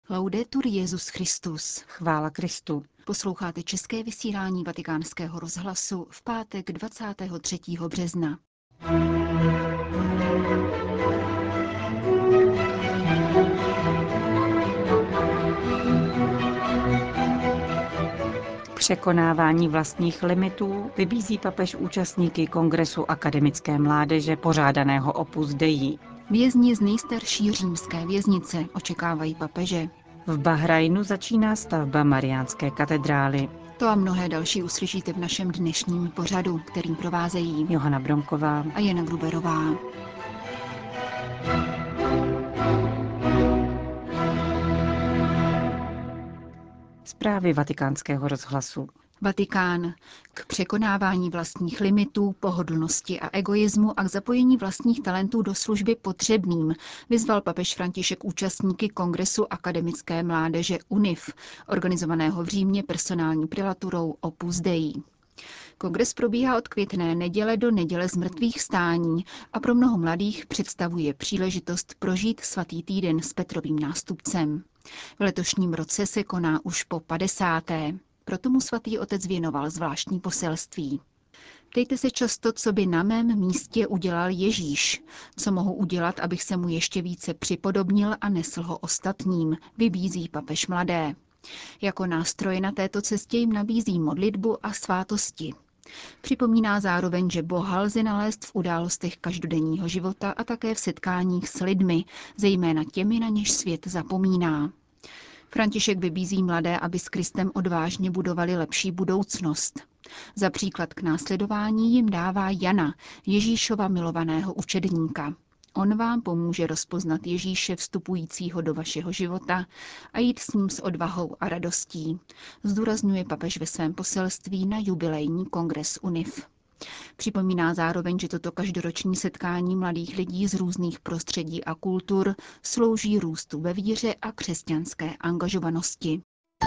Laudetur Jesus Christus. Chvála Kristu. Posloucháte české vysílání Vatikánského rozhlasu v pátek 23. března. Překonávání vlastních limitů vybízí papež účastníky Kongresu akademické mládeže pořádaného Opus Dei. Vězni z nejstarší římské věznice očekávají papeže. V Bahrajnu začíná stavba Mariánské katedrály. To a mnohé další uslyšíte v našem dnešním pořadu, kterým provázejí Johana Bromková a Jana Gruberová. Zprávy Vatikánského rozhlasu. Vatikán. K překonávání vlastních limitů, pohodlnosti a egoismu a k zapojení vlastních talentů do služby potřebným vyzval papež František účastníky Kongresu akademické mládeže UNIF, organizovaného v Římě personální prelaturou Opus Dei. Kongres probíhá od Květné neděle do neděle zmrtvých stání a pro mnoho mladých představuje příležitost prožít svatý týden s Petrovým nástupcem. V letošním roce se koná už po 50. Proto mu svatý otec věnoval zvláštní poselství. Ptejte se často, co by na mém místě udělal Ježíš, co mohu udělat, abych se mu ještě více připodobnil a nesl ho ostatním, vybízí papež mladé. Jako nástroje na této cestě jim nabízí modlitbu a svátosti. Připomíná zároveň, že Boha lze nalézt v událostech každodenního života a také v setkáních s lidmi, zejména těmi, na něž svět zapomíná. František vybízí mladé, aby s Kristem odvážně budovali lepší budoucnost. Za příklad k následování jim dává Jana, Ježíšova milovaného učedníka. On vám pomůže rozpoznat Ježíše vstupujícího do vašeho života a jít s ním s odvahou a radostí, zdůrazňuje papež ve svém poselství na jubilejní kongres UNIF. Připomíná zároveň, že toto každoroční setkání mladých lidí z různých prostředí a kultur slouží růstu ve víře a křesťanské angažovanosti.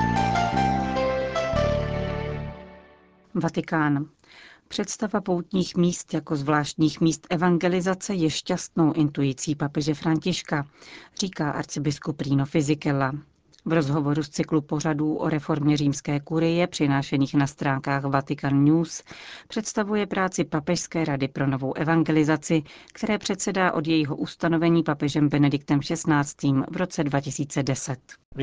Vatikán. Představa poutních míst jako zvláštních míst evangelizace je šťastnou intuicí papeže Františka, říká arcibiskup Rino Fisichella. V rozhovoru z cyklu pořadů o reformě římské kurie přinášených na stránkách Vatican News představuje práci Papežské rady pro novou evangelizaci, které předsedá od jejího ustanovení papežem Benediktem XVI. V roce 2010.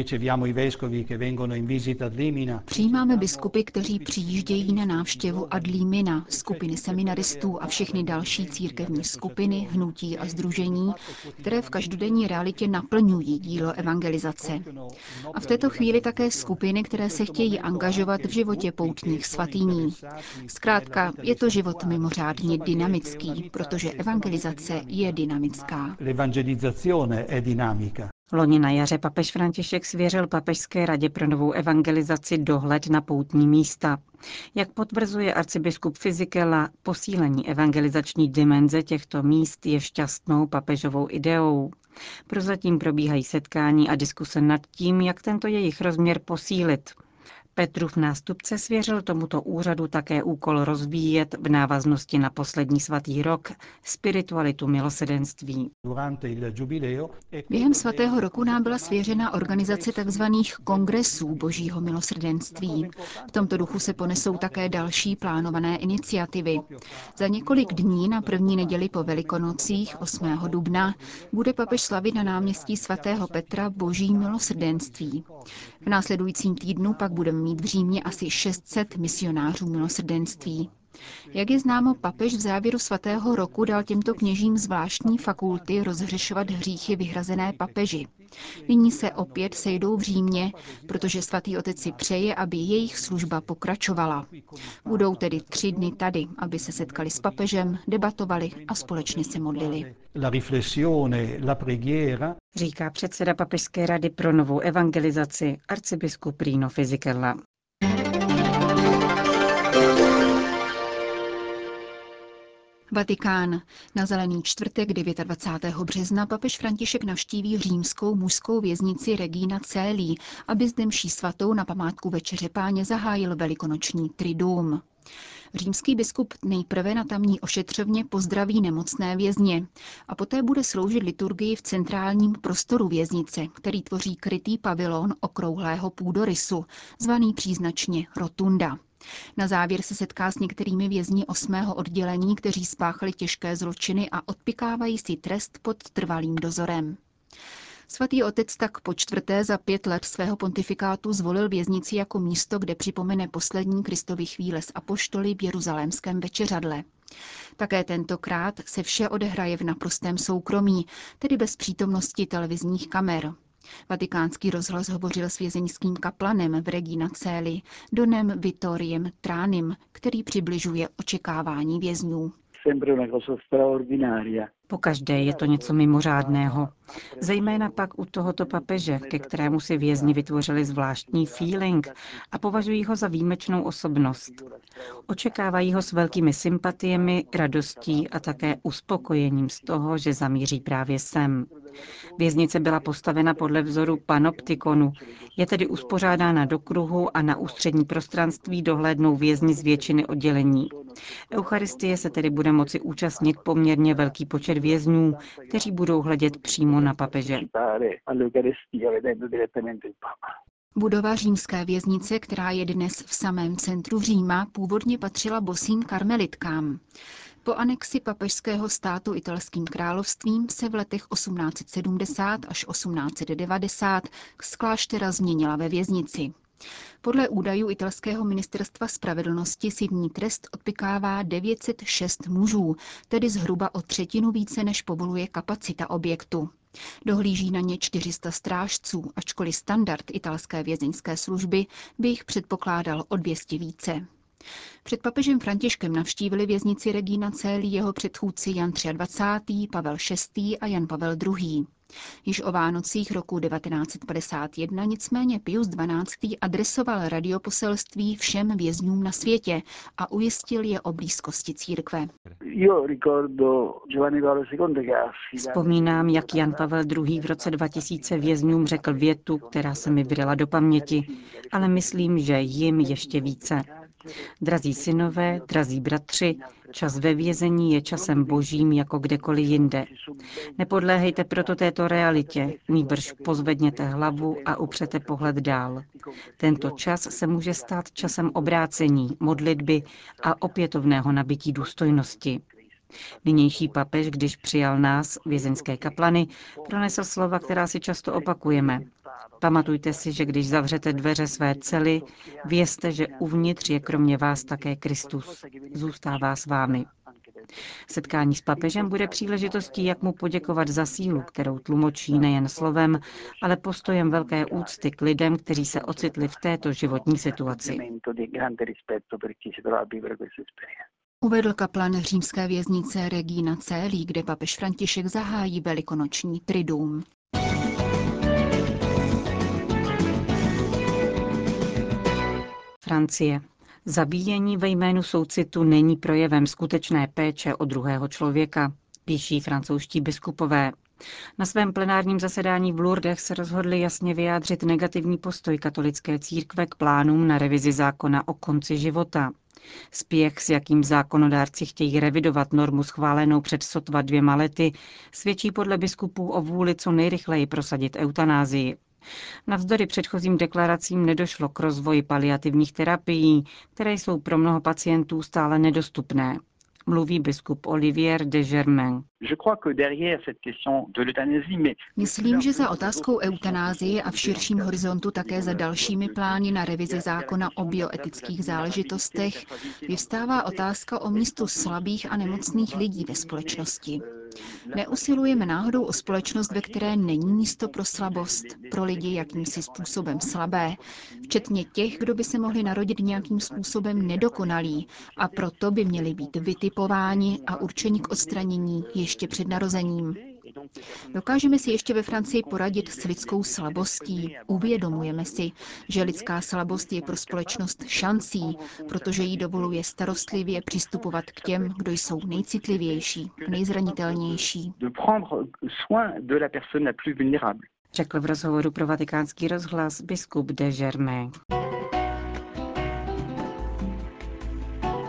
Přijímáme biskupy, kteří přijíždějí na návštěvu ad limina, skupiny seminaristů a všechny další církevní skupiny, hnutí a sdružení, které v každodenní realitě naplňují dílo evangelizace. A v této chvíli také skupiny, které se chtějí angažovat v životě poutních svatyní. Zkrátka, je to život mimořádně dynamický, protože evangelizace je dynamická. Loni na jaře papež František svěřil Papežské radě pro novou evangelizaci dohled na poutní místa. Jak potvrzuje arcibiskup Fisichella, posílení evangelizační dimenze těchto míst je šťastnou papežovou ideou. Prozatím probíhají setkání a diskuse nad tím, jak tento jejich rozměr posílit. Petrův nástupce svěřil tomuto úřadu také úkol rozvíjet v návaznosti na poslední svatý rok spiritualitu milosrdenství. Během svatého roku nám byla svěřena organizace tzv. Kongresů Božího milosrdenství. V tomto duchu se ponesou také další plánované iniciativy. Za několik dní na první neděli po Velikonocích 8. dubna bude papež slavit na náměstí svatého Petra Boží milosrdenství. V následujícím týdnu pak budeme mít v Římě asi 600 misionářů milosrdenství. Jak je známo, papež v závěru svatého roku dal těmto kněžím zvláštní fakulty rozhřešovat hříchy vyhrazené papeži. Nyní se opět sejdou v Římě, protože svatý otec si přeje, aby jejich služba pokračovala. Budou tedy 3 dny tady, aby se setkali s papežem, debatovali a společně se modlili. Říká předseda Papežské rady pro novou evangelizaci arcibiskup Rino Fisichella. Vatikán. Na Zelený čtvrtek 29. března papež František navštíví římskou mužskou věznici Regina Coeli, aby zde mší svatou na památku Večeře Páně zahájil velikonoční triduum. Římský biskup nejprve na tamní ošetřovně pozdraví nemocné vězně a poté bude sloužit liturgii v centrálním prostoru věznice, který tvoří krytý pavilon okrouhlého půdorysu, zvaný příznačně rotunda. Na závěr se setká s některými vězni 8. oddělení, kteří spáchali těžké zločiny a odpikávají si trest pod trvalým dozorem. Svatý otec tak po čtvrté za 5 let svého pontifikátu zvolil věznici jako místo, kde připomene poslední Kristovy chvíle s apoštoly v jeruzalémském večeřadle. Také tentokrát se vše odehraje v naprostém soukromí, tedy bez přítomnosti televizních kamer. Vatikánský rozhlas hovořil s vězeňským kaplanem v Regina Coeli, donem Vittoriem Tranim, který přibližuje očekávání vězňů. Pokaždé je to něco mimořádného. Zejména pak u tohoto papeže, ke kterému si vězni vytvořili zvláštní feeling a považují ho za výjimečnou osobnost. Očekávají ho s velkými sympatiemi, radostí a také uspokojením z toho, že zamíří právě sem. Věznice byla postavena podle vzoru panoptikonu, je tedy uspořádána do kruhu a na ústřední prostranství dohlédnou vězni z většiny oddělení. Eucharistie se tedy bude moci účastnit poměrně velký počet vězňů, kteří budou hledět přímo na papeže. Budova římské věznice, která je dnes v samém centru Říma, původně patřila bosým karmelitkám. Po anexi papežského státu italským královstvím se v letech 1870 až 1890 z kláštera změnila ve věznici. Podle údajů italského ministerstva spravedlnosti si v ní trest odpykává 906 mužů, tedy zhruba o 1/3 více, než povoluje kapacita objektu. Dohlíží na ně 400 strážců, ačkoliv standard italské vězeňské služby by jich předpokládal o 200 více. Před papežem Františkem navštívili věznici Regina Coeli jeho předchůdci Jan 23., Pavel VI. A Jan Pavel II. Již o Vánocích roku 1951 nicméně Pius XII. Adresoval radioposelství všem vězňům na světě a ujistil je o blízkosti církve. Vzpomínám, jak Jan Pavel II. V roce 2000 vězňům řekl větu, která se mi vryla do paměti, ale myslím, že jim ještě více. Drazí synové, drazí bratři, čas ve vězení je časem božím jako kdekoliv jinde. Nepodléhejte proto této realitě, nýbrž pozvedněte hlavu a upřete pohled dál. Tento čas se může stát časem obrácení, modlitby a opětovného nabytí důstojnosti. Nynější papež, když přijal nás, vězeňské kaplany, pronesl slova, která si často opakujeme. Pamatujte si, že když zavřete dveře své cely, vězte, že uvnitř je kromě vás také Kristus. Zůstává s vámi. Setkání s papežem bude příležitostí, jak mu poděkovat za sílu, kterou tlumočí nejen slovem, ale postojem velké úcty k lidem, kteří se ocitli v této životní situaci. Uvedl kaplan římské věznice Regina Coeli, kde papež František zahájí velikonoční triduum. Francie. Zabíjení ve jménu soucitu není projevem skutečné péče o druhého člověka, píší francouzští biskupové. Na svém plenárním zasedání v Lourdech se rozhodli jasně vyjádřit negativní postoj katolické církve k plánům na revizi zákona o konci života. Spěch, s jakým zákonodárci chtějí revidovat normu schválenou před sotva 2 lety, svědčí podle biskupů o vůli co nejrychleji prosadit eutanázii. Navzdory předchozím deklaracím nedošlo k rozvoji paliativních terapií, které jsou pro mnoho pacientů stále nedostupné. Mluví biskup Olivier de Germain. Myslím, že za otázkou eutanázie a v širším horizontu také za dalšími plány na revizi zákona o bioetických záležitostech vyvstává otázka o místu slabých a nemocných lidí ve společnosti. Neusilujeme náhodou o společnost, ve které není místo pro slabost, pro lidi jakýmsi způsobem slabé, včetně těch, kdo by se mohli narodit nějakým způsobem nedokonalí a proto by měli být vytipováni a určeni k odstranění ještě před narozením. Dokážeme si ještě ve Francii poradit s lidskou slabostí. Uvědomujeme si, že lidská slabost je pro společnost šancí, protože jí dovoluje starostlivě přistupovat k těm, kdo jsou nejcitlivější, nejzranitelnější. Řekl v rozhovoru pro Vatikánský rozhlas biskup de Germain.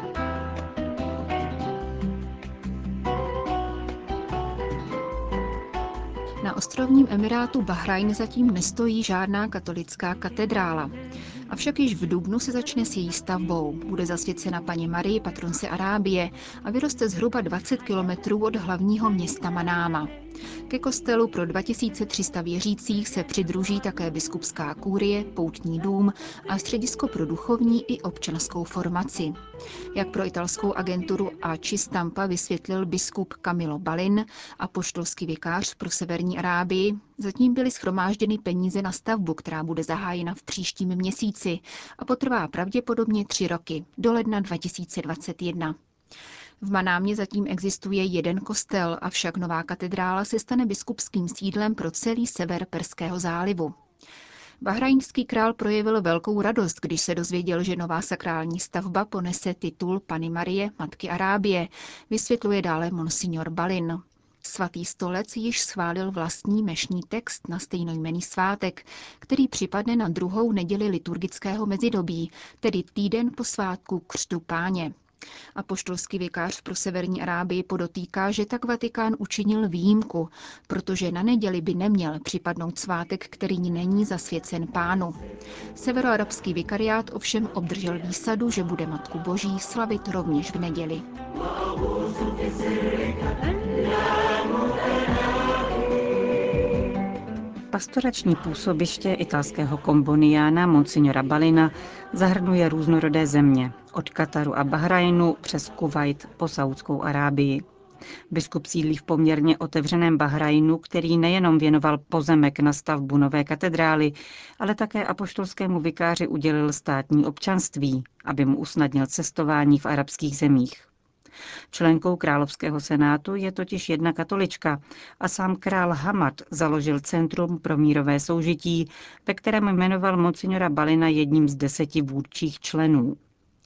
ostrovním emirátu Bahrajn zatím nestojí žádná katolická katedrála. Avšak již v dubnu se začne s její stavbou. Bude zasvěcena Panně Marii, patronce Arábie, a vyroste zhruba 20 kilometrů od hlavního města Manáma. Ke kostelu pro 2300 věřících se přidruží také biskupská kúrie, poutní dům a středisko pro duchovní i občanskou formaci. Jak pro italskou agenturu ACI Stampa vysvětlil biskup Camillo Balin, apoštolský vikář pro severní Arábii, zatím byly shromážděny peníze na stavbu, která bude zahájena v příštím měsíci a potrvá pravděpodobně 3 roky, do ledna 2021. V Manámě zatím existuje jeden kostel, avšak nová katedrála se stane biskupským sídlem pro celý sever Perského zálivu. Bahrajnský král projevil velkou radost, když se dozvěděl, že nová sakrální stavba ponese titul Panny Marie, Matky Arábie, vysvětluje dále monsignor Balin. Svatý stolec již schválil vlastní mešní text na stejnojmenný svátek, který připadne na 2. neděli liturgického mezidobí, tedy týden po svátku Křtu Páně. Apoštolský vikář pro severní Arábii podotýká, že tak Vatikán učinil výjimku, protože na neděli by neměl připadnout svátek, který není zasvěcen Pánu. Severoarabský vikariát ovšem obdržel výsadu, že bude Matku Boží slavit rovněž v neděli. Pastorační působiště italského komboniána monsignora Balina zahrnuje různorodé země, od Kataru a Bahrajnu přes Kuvajt po Saudskou Arábii. Biskup sídlí v poměrně otevřeném Bahrajnu, který nejenom věnoval pozemek na stavbu nové katedrály, ale také apoštolskému vikáři udělil státní občanství, aby mu usnadnil cestování v arabských zemích. Členkou královského senátu je totiž jedna katolička a sám král Hamad založil Centrum pro mírové soužití, ve kterém jmenoval monsignora Balina jedním z 10 vůdčích členů.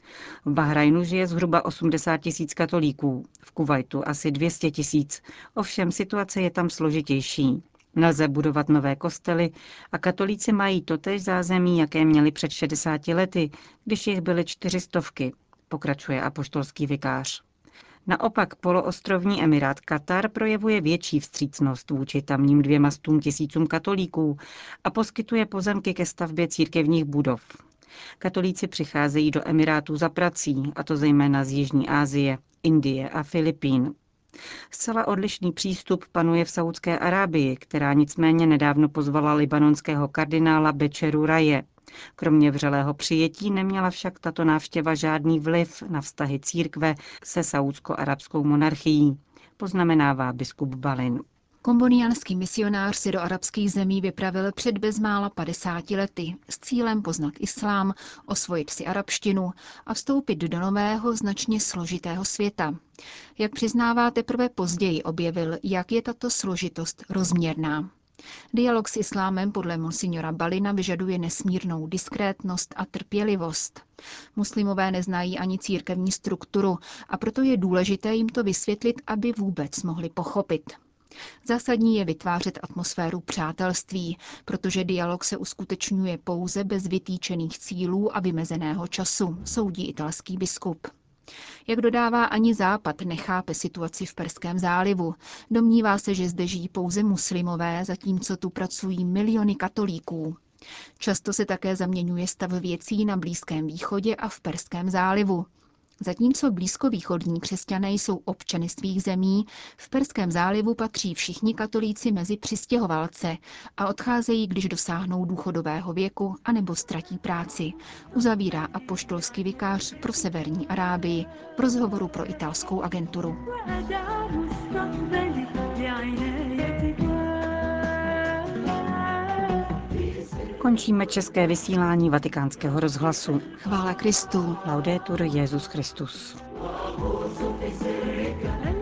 V Bahrajnu žije zhruba 80 000 katolíků, v Kuvajtu asi 200 000, ovšem situace je tam složitější. Nelze budovat nové kostely a katolíci mají totéž zázemí, jaké měli před 60 lety, když jich byly 400, pokračuje apoštolský vikář. Naopak poloostrovní emirát Katar projevuje větší vstřícnost vůči tamním 200 000 katolíků a poskytuje pozemky ke stavbě církevních budov. Katolíci přicházejí do emirátů za prací, a to zejména z Jižní Asie, Indie a Filipín. Zcela odlišný přístup panuje v Saúdské Arábii, která nicméně nedávno pozvala libanonského kardinála Bečeru Raje. Kromě vřelého přijetí neměla však tato návštěva žádný vliv na vztahy církve se saúdsko-arabskou monarchií, poznamenává biskup Balin. Komboniánský misionář se do arabských zemí vypravil před bezmála 50 lety s cílem poznat islám, osvojit si arabštinu a vstoupit do nového, značně složitého světa. Jak přiznává, teprve později objevil, jak je tato složitost rozměrná. Dialog s islámem podle monsignora Balina vyžaduje nesmírnou diskrétnost a trpělivost. Muslimové neznají ani církevní strukturu a proto je důležité jim to vysvětlit, aby vůbec mohli pochopit. Zásadní je vytvářet atmosféru přátelství, protože dialog se uskutečňuje pouze bez vytýčených cílů a vymezeného času, soudí italský biskup. Jak dodává, ani Západ nechápe situaci v Perském zálivu. Domnívá se, že zde žijí pouze muslimové, zatímco tu pracují miliony katolíků. Často se také zaměňuje stav věcí na Blízkém východě a v Perském zálivu. Zatímco blízkovýchodní křesťané jsou občany svých zemí, v Perském zálivu patří všichni katolíci mezi přistěhovalce a odcházejí, když dosáhnou důchodového věku anebo ztratí práci, uzavírá apoštolský vikář pro severní Arábii v rozhovoru pro italskou agenturu. Končíme české vysílání Vatikánského rozhlasu. Chvála Kristu. Laudetur Jesus Christus.